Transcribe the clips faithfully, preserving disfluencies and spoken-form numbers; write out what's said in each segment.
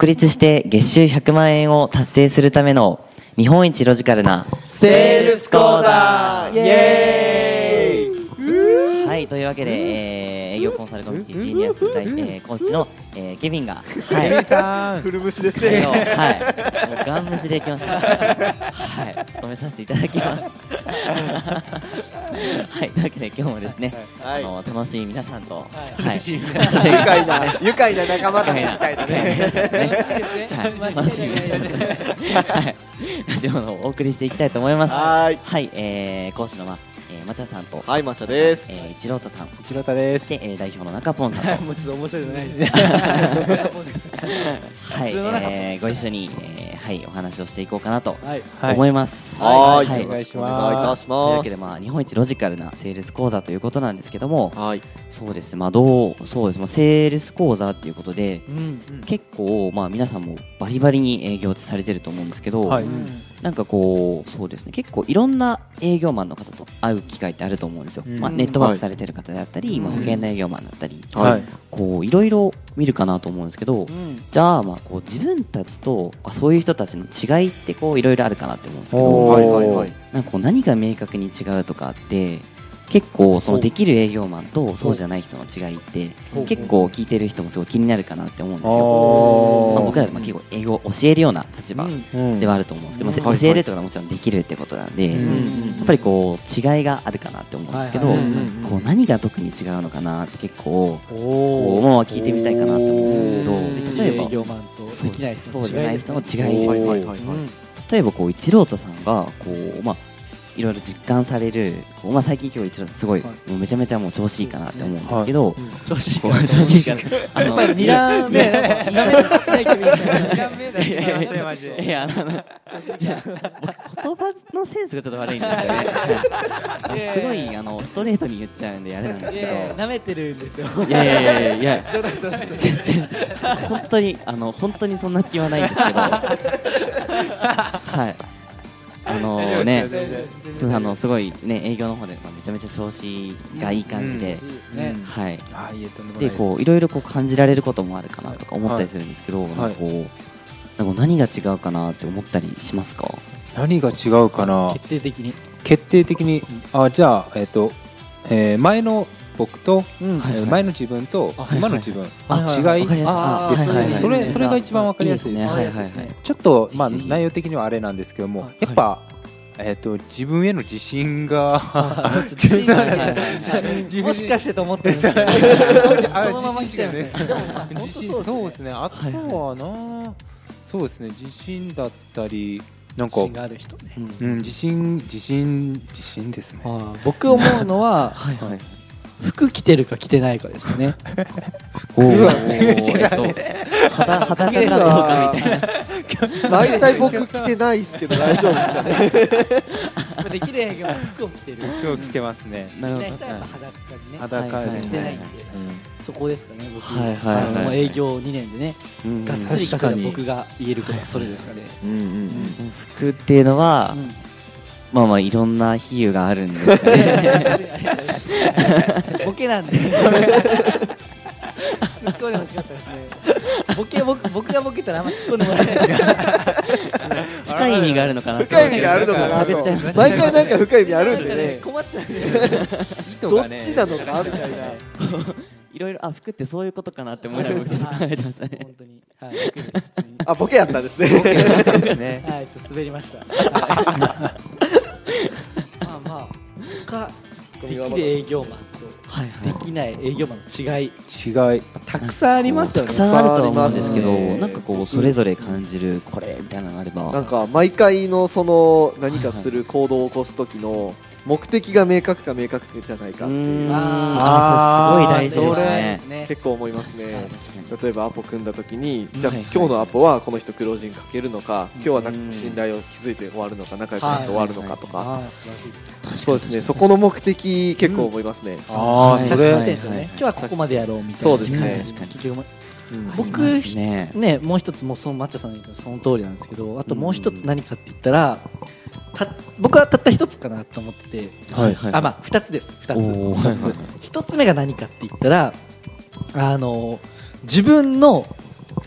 独立して月収ひゃくまんえんを達成するための日本一ロジカルなセールス講座イエーイ。 はい、というわけで、えー、営業コンサルコミュニティジーニアス大、えー、講師の、えー、ケビンが、はい、 ケビンさん、古虫ですね。 はい、もうガン無視できました。はい、務めさせていただきます。はい、というわけで今日もですね、はい、あの楽しい皆さんと、はい、楽しい皆さん、 愉快な愉快な仲間たちみたいなね。 楽しい皆さんですね。はい、ラジオのお送りしていきたいと思います。はい、はい、えー、講師のま。えー、まちゃさんと、 はい、まちゃです。 えー、一郎太さん、 一郎太です。 で、えー、代表の中ポンさんと、 もうちょっと面白いじゃないです。 はい、えー、ご一緒に、えー、はい、お話をしていこうかなとはい思います。 はい、 はい、 お願いします。お願いいたします。 というわけで、まあ、日本一ロジカルなセールス講座ということなんですけども、 はい、 そうですね、まあ、どう、そうです、まあ、セールス講座っていうことで、 うんうん、 結構、まあ、皆さんもバリバリに営業ってされてると思うんですけど、 はい、 なんかこう、そうですね、結構いろんな営業マンの方と会う機会ってあると思うんですよ。うん、まあ、ネットワークされてる方であったり、はい、まあ、保険の営業マンだったり、 はい、 こういろいろ見るかなと思うんですけど、うん、じゃあ、まあ、こう自分たちとそういう人たちの違いってこういろいろあるかなって思うんですけど、 はいはいはい、 なんかこう何が明確に違うとかって結構そのできる営業マンとそうじゃない人の違いって結構聞いてる人もすごい気になるかなって思うんですよ。まあ、僕らはまあ結構英語を教えるような立場ではあると思うんですけど、うん、まあ、教えるとかもちろんできるってことなんで、うん、やっぱりこう違いがあるかなって思うんですけど、こう何が特に違うのかなって結構こうもう聞いてみたいかなと思うんですけど、例えば営業マンとできない人の違い、 そうじゃない人の違いですね。例えばこう一郎太さんがこうまあいろいろ実感される、まあ、最近今日一郎さんすごい、はい、もうめちゃめちゃもう調子いいかなって思うんですけど、 調子いいかな、調子いいかな、あのやっぱりに段目、に段目出してないけど、に段目出してますね、マジで。いや、あの言葉のセンスがちょっと悪いんですよね。すごいあのストレートに言っちゃうんであれなんですけど、 舐めてるんですよ。 いやいやいやいや、 冗談冗談。 本当にあの本当にそんな気はないんですけど、はい。あのね、あのすごいね営業の方で、まあ、めちゃめちゃ調子がいい感じで、はい。でこういろいろこう感じられることもあるかなとか思ったりするんですけど、なんかこうなんか何が違うかなって思ったりしますか？ 何が違うかな？決定的に。決定的に。あ、じゃあえっと、えー、前の僕と、うんはいはい、前の自分と今の自分、はいはい、違いですね。それそれが一番わかりやすいですね。ちょっとまあ内容的にはあれなんですけども、やっぱえっと自分への自信がもしかしてと思ってるんですけど、そのまま来ちゃうんですよ。自信、そうですね。あとはな、そうですね。自信だったり。なんか自信がある人ね。うん、自信自信自信ですね。僕思うのは。はいはい。服着てるか着てないかですかね。 服は違う。 肌肌感がどうかみたいな。 大体僕着てないですけど大丈夫ですかね。できる営業は服を着てる。服を着てますね。なるほど。裸にね。裸で着てないんで、そこですかね。僕は営業にねんでね、がっつり稼いだ僕が言えることはそれですかね。 その服っていうのは。まあまあいろんな比喩があるんですかね。 ボケなんで。突っ込んでほしかったですね。ボケ僕僕がボケたらあんま突っ込んでもらえない。 深い意味があるのかな。 深い意味があるのかなと。毎回なんか深い意味あるんでね。 困っちゃうんで。 どっちなのかみたいな。 いろいろあ服ってそういうことかなって思いながら僕ちょっと考えてましたね。 本当に。はい。 あボケやったんですね。 ボケやったんですね。はい、ちょっと滑りました。まあまあ他できる営業マンとできない営業マンの違い違いたくさんありますよね。 たくさんあると思うんですけど、なんかこうそれぞれ感じるこれみたいなのがあれば、 なんか毎回のその何かする行動を起こす時の目的が明確か明確じゃないかっていう、 ああすごい大事ですね。 結構思いますね。例えばアポ組んだ時に、じゃあ今日のアポはこの人クロージングかけるのか、今日はなんか信頼を築いて終わるのか、仲良くなって終わるのかとか、そうですね。そこの目的結構思いますね。 ああそれ今日はここまでやろうみたいな。 そうですね。 僕ねもう一つもその抹茶さんの言うその通りなんですけど、あともう一つ何かって言ったら。た僕はたった一つかなと思ってて、はいはい、あまあ二つです二つ二つ一つ目が何かって言ったらあの自分の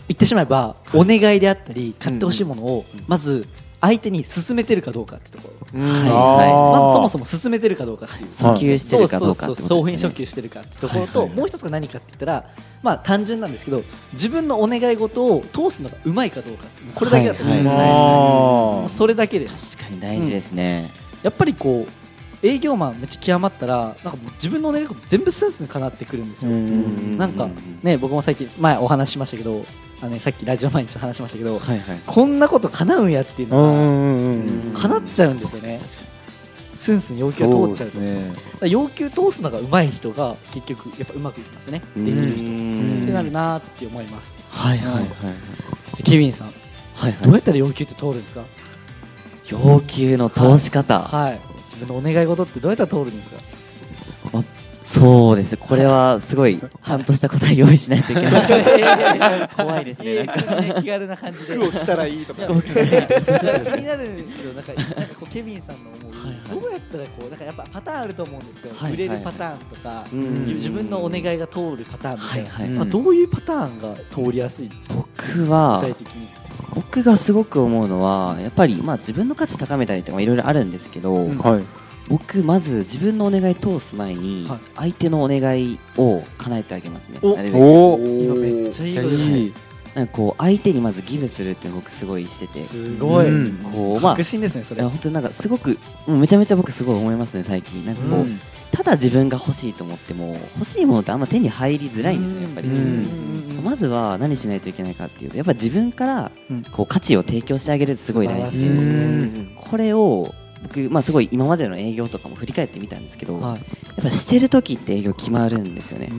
言ってしまえばお願いであったり買ってほしいものをまず相手に勧めてるかどうかってところ、はいはい、まずそもそも勧めてるかどうかっていう訴求してるかどうかってことですね。 そうそうそう、訴求してるかってところと、はいはい、もう一つが何かって言ったら、まあ単純なんですけど自分のお願い事を通すのがうまいかどうかってこれだけだと思うんですよね、はいはいはい、もうそれだけです。 確かに大事ですね、 うん、やっぱりこう営業マンめっちゃ極まったらなんかもう自分のお願い事全部スンスン叶ってくるんですよ。なんかね僕も最近前お話ししましたけどあの、ね、さっきラジオ前に話しましたけど、はいはい、こんなこと叶うんやっていうのが叶っちゃうんですよね。確かにスンスン要求が通っちゃうと、ね、要求通すのが上手い人が結局やっぱうまくいきますね。できる人ってなるなって思います。 はいはいはい、はい、 じゃケビンさん、はいはい、どうやったら要求って通るんですか？ 要求の通し方、 はい、はい、自分のお願い事ってどうやったら通るんですか？ まそうです。これはすごいちゃんとした答え用意しないといけない怖いですね。 気軽な感じで服を着たらいいとか気になるんですよ。なんかなんかこうケビンさんの思う、はいはい、どうやったらこうなんかやっぱパターンあると思うんですよ、はいはいはい、売れるパターンとか、はいはい、自分のお願いが通るパターンみたいな、はいはい、どういうパターンが通りやすいですか？ 僕は具体的に僕がすごく思うのはやっぱりまあ自分の価値高めたりとかいろいろあるんですけど、うん、はい、僕まず自分のお願い通す前に相手のお願いを叶えてあげますね。 おお今めっちゃいいことですね。 なんかこう相手にまずギブするっていうのを僕すごいしてて、 すごい、うん、 こうまあ確信ですねそれ。 本当になんかすごくめちゃめちゃ僕すごい思いますね最近。なんかこう、うん、ただ自分が欲しいと思っても欲しいものってあんま手に入りづらいんですよやっぱり。うん、まずは何しないといけないかっていうとやっぱ自分からこう価値を提供してあげるってすごい大事ですね。これを僕、まあ、すごい今までの営業とかも振り返ってみたんですけど、はい、やっぱしてる時って営業決まるんですよね。うん、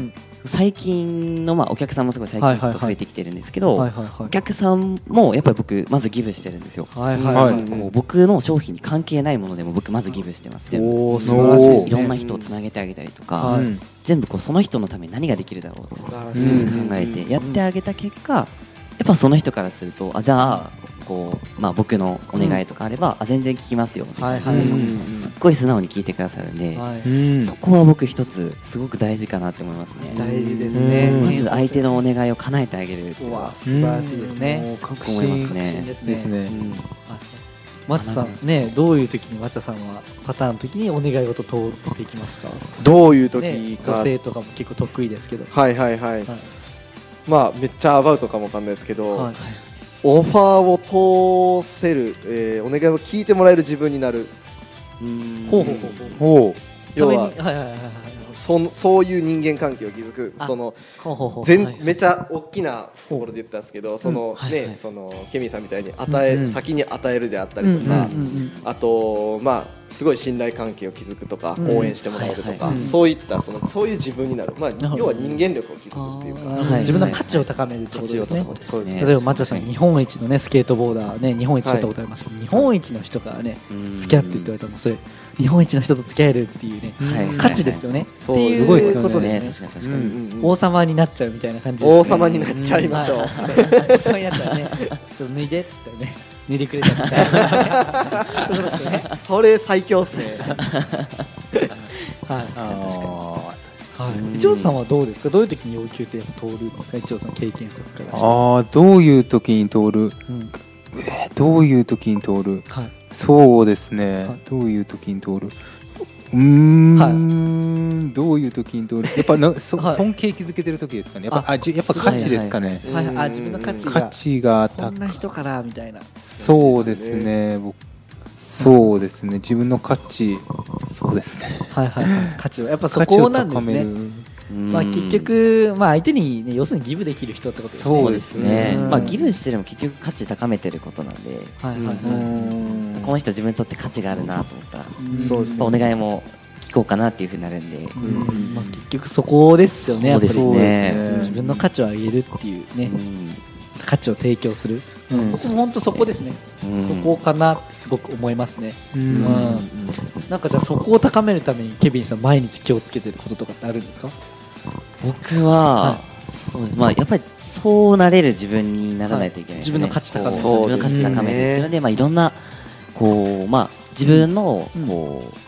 最近の、まあ、お客さんもすごい最近ちょっと増えてきてるんですけど、お客さんもやっぱり僕まずギブしてるんですよ。はいはいはい、こう僕の商品に関係ないものでも僕まずギブしてます。全部お素晴らしいですね。 いろんな人をつなげてあげたりとか、はい、全部こうその人のために何ができるだろうと考えてやってあげた結果、やっぱその人からするとあじゃあこうまあ、僕のお願いとかあれば、うん、あ全然聞きますよみたいな感じで、すっごい素直に聞いてくださるんで、はい、そこは僕一つすごく大事かなって思いますね。 大事ですね。 まず相手のお願いを叶えてあげるっていうのは素晴らしいですね。 確信思いますね。 ですね。ですね。松さんね、どういう時に松田さんはパターンの時にお願い事通っていきますか？ どういう時か、 ね、女性とかも結構得意ですけど、 はいはいはい、はい、まあめっちゃアバウトかもわかんないですけど、はい、オファーを通せる、えー、お願いを聞いてもらえる自分になる。 うーんほうほうほうほう。 要は、はいはいはいはい、そ, そういう人間関係を築く。その全めちゃ大きなところで言ったんですけど、そのね、そのケミさんみたいに与え、うんうん、先に与えるであったりとか、うんうんうん、あとまあすごい信頼関係を築くとか、うん、応援してもらえるとか、はいはい、そういったそのそういう自分になる、まあ要は人間力を築くっていうか、 はい、自分の価値を高めるってことですね。そうですね。例えば松田さん、日本一のねスケートボーダーね、日本一取ったことありますけど、はい、日本一の人からね付き合ってって言われたらもうそれ日本一の人と付き合えるっていうね、はい、価値ですよね。っていうことですね。確かに確かに、うん、王様になっちゃうみたいな感じですね。 王様になっちゃいましょう。 王様になったらね、ちょっと脱いでって言ったらね、脱いでくれたみたいな。そうですね。 それ最強ですね。 はい、確かに確かに。一応さんはどうですか？どういう時に要求って通るんですか？一応さん経験則から。 ああ、どういう時に通る？うん、えー、どういう時に通る？はい、そうですね、はい、どういう時に通る？うーん、はい、どういう時に通る？やっぱなそ、はい、尊敬築けてる時ですかね。やっぱあじやっぱ価値ですかね。 はいはい、あ自分の価値が価値がこんな人からみたいな。 そうですね。僕そうですね。自分の価値そうですね。 はいはいはい。価値はやっぱそこなんですね。まあ結局まあ相手にね要するにギブできる人ってことですね。 そうですね。まあギブしてるも結局価値高めてることなんで。はいはいはい。この人自分にとって価値があるなと思ったら、そうですね。お願いも聞こうかなっていうふうになるんで。 うんまあ結局そこですよね。 そうですね。 自分の価値を上げるっていうね。価値を提供する。僕も本当そこですね。そこかなってすごく思いますね。なんかじゃあそこを高めるためにケビンさん毎日気をつけてることとかってあるんですか？ 僕はそうです。まあやっぱりそうなれる自分にならないといけないですね。 自分の価値高める。 自分の価値高めるっていうので、まあいろんなこうまあ自分のこう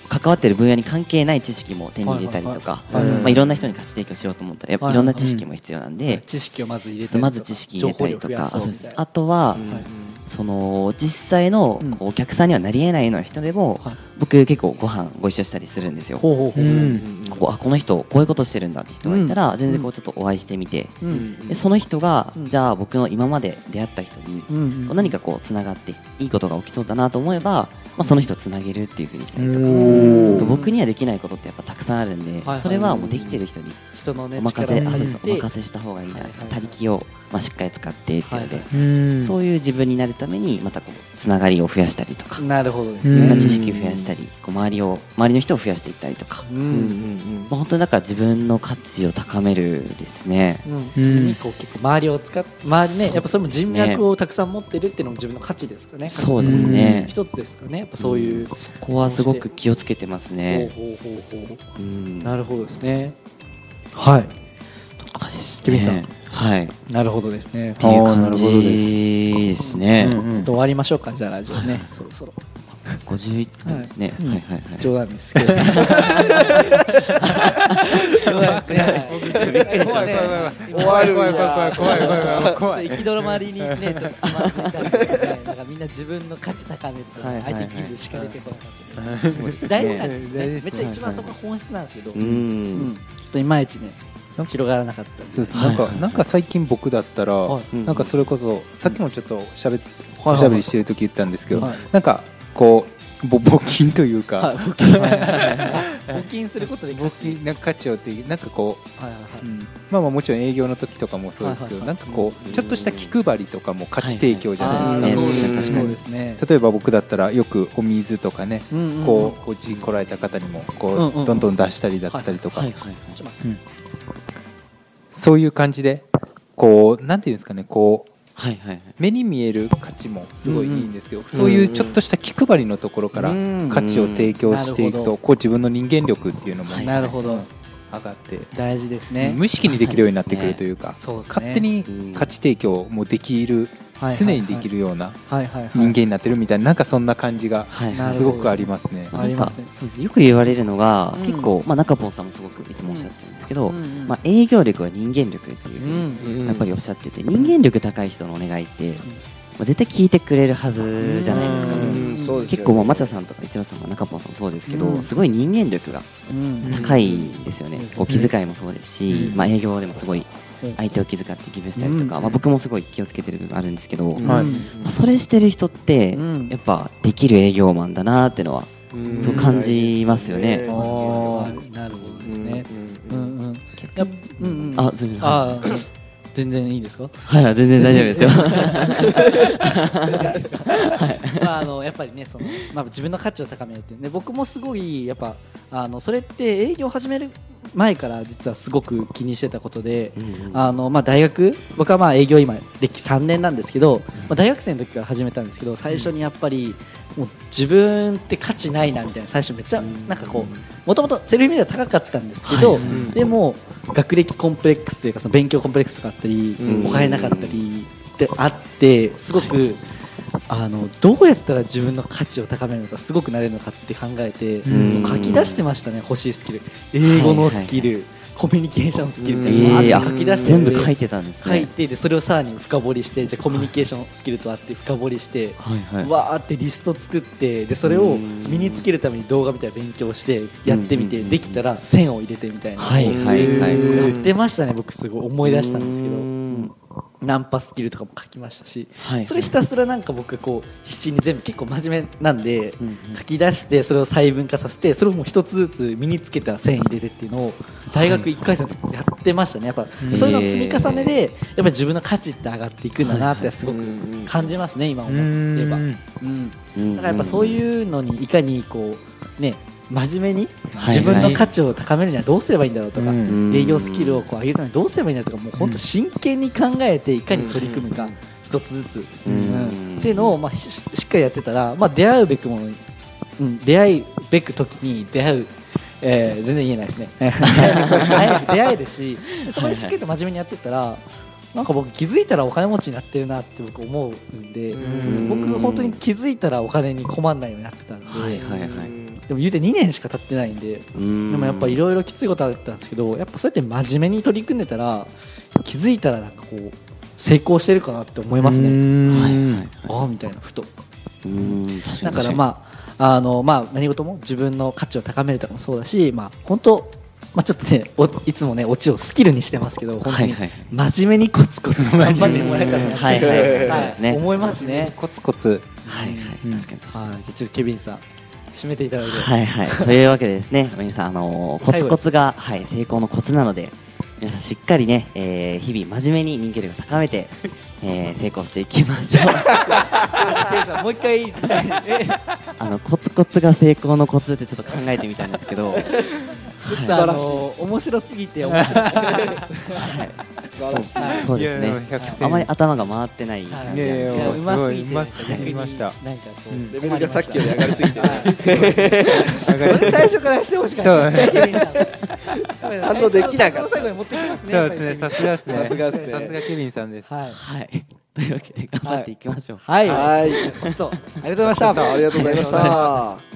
関わってる分野に関係ない知識も手に入れたりとか、まあいろんな人に価値提供しようと思ったらやっぱいろんな知識も必要なんで、 知識をまず入れたりまず知識入れたりとか、あとはその実際のこうお客さんにはなり得ないような人でも僕結構ご飯ご一緒したりするんですよ。ここあこの人こういうことしてるんだって人がいたら全然こうちょっとお会いしてみて、でその人がじゃあ僕の今まで出会った人に何かこうつながっていいことが起きそうだなと思えば、まあその人をつなげるっていう風にしたりとか、僕にはできないことってやっぱたくさんあるんで、それはもうできてる人にお任せお任せした方がいいな、他力をまあしっかり使ってっていうので、そういう自分になるためにまたこうつながりを増やしたりとか、 なるほどですね、 知識を増やしたり、こう周りを周りの人を増やしていったりとか、まあ本当にだから自分の価値を高めるですね。 うん、こう結構周りを使って周りね、やっぱそれも人脈をたくさん持ってるっていうのも自分の価値ですかね。 そうですね。 一つですかね。やっぱそういうそこはすごく気をつけてますね。 なるほどですね。はい。 とかですね。 ケビンさん。 はい。 なるほどですね。 っていう感じですね。 終わりましょうか、じゃあラジオね、そろそろ。 ごじゅういっぷんですね。はいはいはい。 冗談ですけど。冗談ですね。びっくりしたね。 終わる怖い怖い怖い怖い怖い怖い。行き止まりにねちょっとつまずいたんでね、なんかみんな自分の価値高めて相手気分しか出てこなかった。大事なんですね。めっちゃ一番そこが本質なんですけど、うん、ちょっといまいちね。広がらなかったそうです。なんかなんか最近僕だったらなんかそれこそさっきもちょっとしゃべおしゃべりしてる時言ったんですけど、なんかこう募金というか募金することで価値なんか価値をってなんかこうまあまあもちろん営業の時とかもそうですけど、なんかこうちょっとした気配りとかも価値提供じゃないですか。 そうですね。 例えば僕だったらよくお水とかね、こうお家来られた方にもこうどんどん出したりだったりとか。そういう感じでこうなんていうんですかね、こう、はいはいはい、目に見える価値もすごいいいんですけど、うんうん、そういうちょっとした気配りのところから価値を提供していくと、こう自分の人間力っていうのも、ね、 なるほど上がって大事ですね。 無意識にできるようになってくるというか、そうですね、勝手に価値提供もできる、常にできるような人間になってるみたいな、なんかそんな感じがすごくありますね。 ありますね。そうです。よく言われるのが、うん、結構、まあ、中ポンさんもすごくいつもおっしゃってるんですけど、うん、まあ、営業力は人間力っていうふうにやっぱりおっしゃってて、人間力高い人のお願いって、まあ、絶対聞いてくれるはずじゃないですか。結構、まあ、松田さんとか一ノさんも中ポンさんもそうですけど、うん、すごい人間力が高いんですよね。お気遣いもそうですし、まあ、営業でもすごい相手を気遣ってギブしたりとか、うん、まあ、僕もすごい気をつけてる部分あるんですけど、うん、まあ、それしてる人ってやっぱできる営業マンだなっていうのはそう感じますよね。 なるほどですね。 あ、全然、はい、 全然いいですか？ はい、全然大丈夫ですよ。 まああのやっぱりね、そのまあ自分の価値を高めるってね、僕もすごいやっぱあのそれって営業を始める前から実はすごく気にしてたことで、うんうん、あのまあ大学、僕はまあ営業今歴さんねんなんですけど、まあ、大学生の時から始めたんですけど、最初にやっぱりもう自分って価値ないなみたいな、最初めっちゃなんかこうもともとセルフイメージは高かったんですけど、はい、でも学歴コンプレックスというかその勉強コンプレックスとかあったり、うん、お金なかったりってあってすごく、はい、あのどうやったら自分の価値を高めるのかすごくなれるのかって考えて書き出してましたね。欲しいスキル、英語のスキル、はいはいはい、コミュニケーションスキルみたいなのを書き出して、 全部書いてたんですね。 書いて、でそれをさらに深掘りして、じゃあコミュニケーションスキルとあって深掘りして、はいはい、わーってリスト作って、でそれを身につけるために動画みたいな勉強してやってみて、できたら線を入れてみたいな、はいはいはい、やってましたね。僕すごい思い出したんですけど、ナンパスキルとかも書きましたし、はいはい、それひたすらなんか僕こう必死に全部結構真面目なんで、うんうん、書き出してそれを細分化させて、それをもう一つずつ身につけたら線入れてっていうのを大学いっかい生でやってましたね。やっぱそういうのの積み重ねでやっぱり自分の価値って上がっていくんだなってすごく感じますね、今思えば。うん、だからやっぱそういうのにいかにこうね、真面目に自分の価値を高めるにはどうすればいいんだろうとか、はいはい、営業スキルをこう上げるためにどうすればいいんだろうとか、もう本当真剣に考えていかに取り組むか、一つずつ、うん、っていうのをまあ し, しっかりやってたら、まあ、出会うべくものに、うん、出会うべく時に出会う、えー、全然言えないですね。出会えるし、そこでしっかりと真面目にやってったら、なんか僕気づいたらお金持ちになってるなって僕思うんで、僕本当に気づいたらお金に困らないようになってたんで、はいはいはい、 でも言うてにねんしか経ってないんで、でもやっぱいろいろきついことあったんですけど、やっぱそうやって真面目に取り組んでたら気づいたらなんかこう成功してるかなって思いますね。はいはい、ああみたいなふと。うーん、確かに。だからまああのまあ何事も自分の価値を高めるとかもそうだし、まあ本当まあちょっとねいつもねオチをスキルにしてますけど、本当に真面目にコツコツ頑張ってもらえたらなって思いますね。 コツコツ。 はいはい、確かに確かに。 じゃあちょっとケビンさん締めていただいて。 はいはい。というわけでですね、皆さんあのコツコツがはい成功のコツなので、皆さんしっかりね、えー、日々真面目に人間力を高めて、えー、成功していきましょう。 もう一回あのコツコツが成功のコツってちょっと考えてみたんですけど、 素晴らしい。面白すぎて面白い。はい。 素晴らしい。 そうですね。あまり頭が回ってない感じなんですけど、 うますぎて逆にました。 なんかこうレベルがさっきより上がりすぎて、 最初からしてほしかったですね。 反応できなかった。 最後に持ってきますね。 そうですね。さすがですね。 さすがですね。 さすがケビンさんです。 はい。というわけで頑張っていきましょう。 はい。はい。そう。ありがとうございました。 ありがとうございました。